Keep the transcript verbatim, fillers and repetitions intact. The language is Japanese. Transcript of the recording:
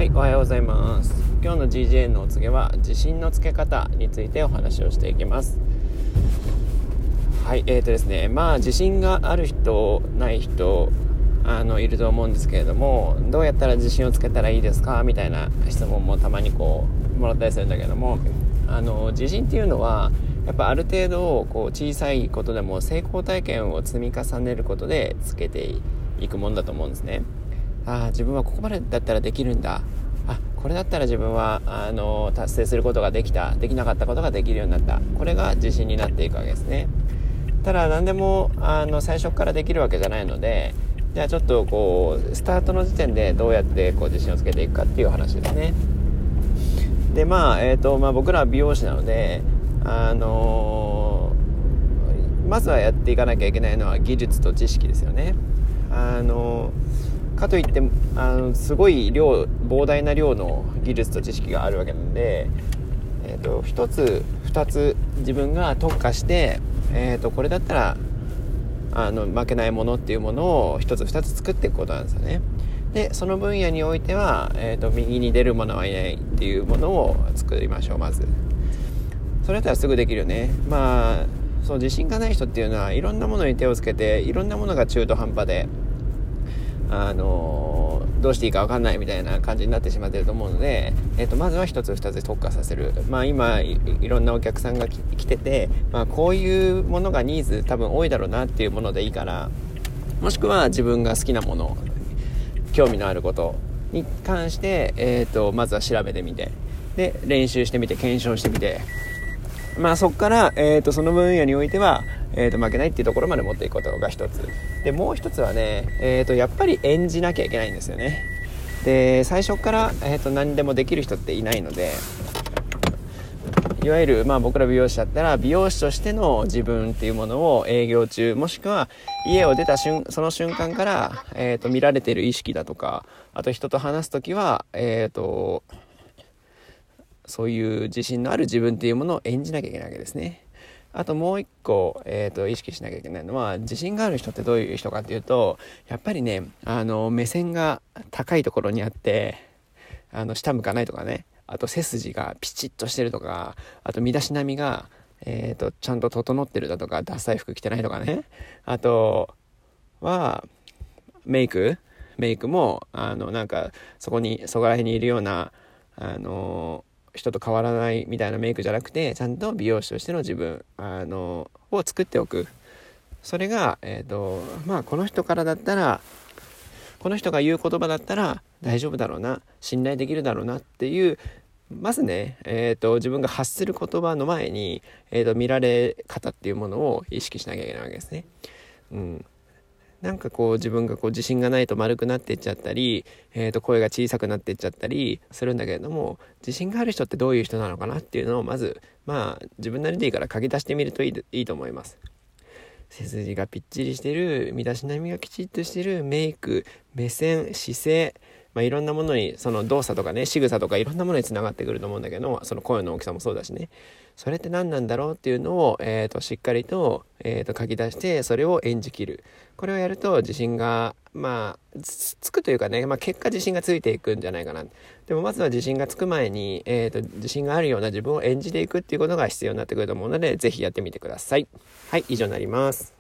、おはようございます。今日の ジージェー のお告げは自信のつけ方についてお話をしていきます。はい、えーとですねまあ自信がある人ない人あのいると思うんですけれども、どうやったら自信をつけたらいいですかみたいな質問もたまにこうもらったりするんだけども、あの自信っていうのはやっぱある程度こう小さいことでも成功体験を積み重ねることでつけていくものだと思うんですね。ああ、自分はここまでだったらできるんだ、あ、これだったら自分はあの達成することができた、できなかったことができるようになった、これが自信になっていくわけですね。ただ何でもあの最初からできるわけじゃないので、じゃあちょっとこうスタートの時点でどうやってこう自信をつけていくかっていう話ですね。でまあえーとまあ、僕らは美容師なので、あのー、まずはやっていかなきゃいけないのは技術と知識ですよね。あのーかといってあのすごい量膨大な量の技術と知識があるわけなので、えーと、一つ二つ自分が特化して、えーと、これだったらあの負けないものっていうものを一つ二つ作っていくことなんですよね。でその分野においては、えーと、右に出る者はいないっていうものを作りましょう。まずそれだったらすぐできるよね。まあそう自信がない人っていうのはいろんなものに手をつけて、いろんなものが中途半端であのー、どうしていいか分かんないみたいな感じになってしまっていると思うので、えーと、まずは一つ二つ特化させる。まあ今 い, いろんなお客さんが来てて、まあ、こういうものがニーズ多分多いだろうなっていうものでいいから、もしくは自分が好きなもの、興味のあることに関して、えーと、まずは調べてみて、で練習してみて検証してみて、まあそこから、えーと、その分野においては、えーと、負けないっていうところまで持っていくことが一つで、もう一つはね、えーと、やっぱり演じなきゃいけないんですよね。で最初から、えーと、何でもできる人っていないので、いわゆる、まあ、僕ら美容師だったら美容師としての自分っていうものを営業中、もしくは家を出た瞬その瞬間から、えーと、見られている意識だとか、あと人と話すときはえーとそういう自信のある自分っていうものを演じなきゃいけないわけですね。あともう一個、えーと、意識しなきゃいけないのは、自信がある人ってどういう人かっていうと、やっぱりね、あの目線が高いところにあって、あの下向かないとかね、あと背筋がピチッとしてるとか、あと身だしなみが、えーと、ちゃんと整ってるだとか、ダサい服着てないとかね、あとはメイクメイクもあのなんかそこにそこら辺にいるようなあの人と変わらないみたいなメイクじゃなくて、ちゃんと美容師としての自分あのを作っておく。それが、えーとまあ、この人からだったら、この人が言う言葉だったら大丈夫だろうな、信頼できるだろうなっていう、まずね、えーと自分が発する言葉の前に、えーと見られ方っていうものを意識しなきゃいけないわけですね。うんなんかこう自分がこう自信がないと丸くなっていっちゃったり、えーと声が小さくなっていっちゃったりするんだけれども、自信がある人ってどういう人なのかなっていうのをまずまあ自分なりでいいから書き出してみるといい、いいと思います。背筋がぴっちりしてる、身だしなみがきちっとしてる、メイク、目線、姿勢、まあ、いろんなものに、その動作とかね、仕草とかいろんなものにつながってくると思うんだけど、その声の大きさもそうだしね、それって何なんだろうっていうのを、えーと、しっかりと、えーと、書き出して、それを演じきる。これをやると自信がまあつ, つくというかね、まあ、結果自信がついていくんじゃないかな。でもまずは自信がつく前に、えーと、自信があるような自分を演じていくっていうことが必要になってくると思うので、ぜひやってみてください。はい、以上になります。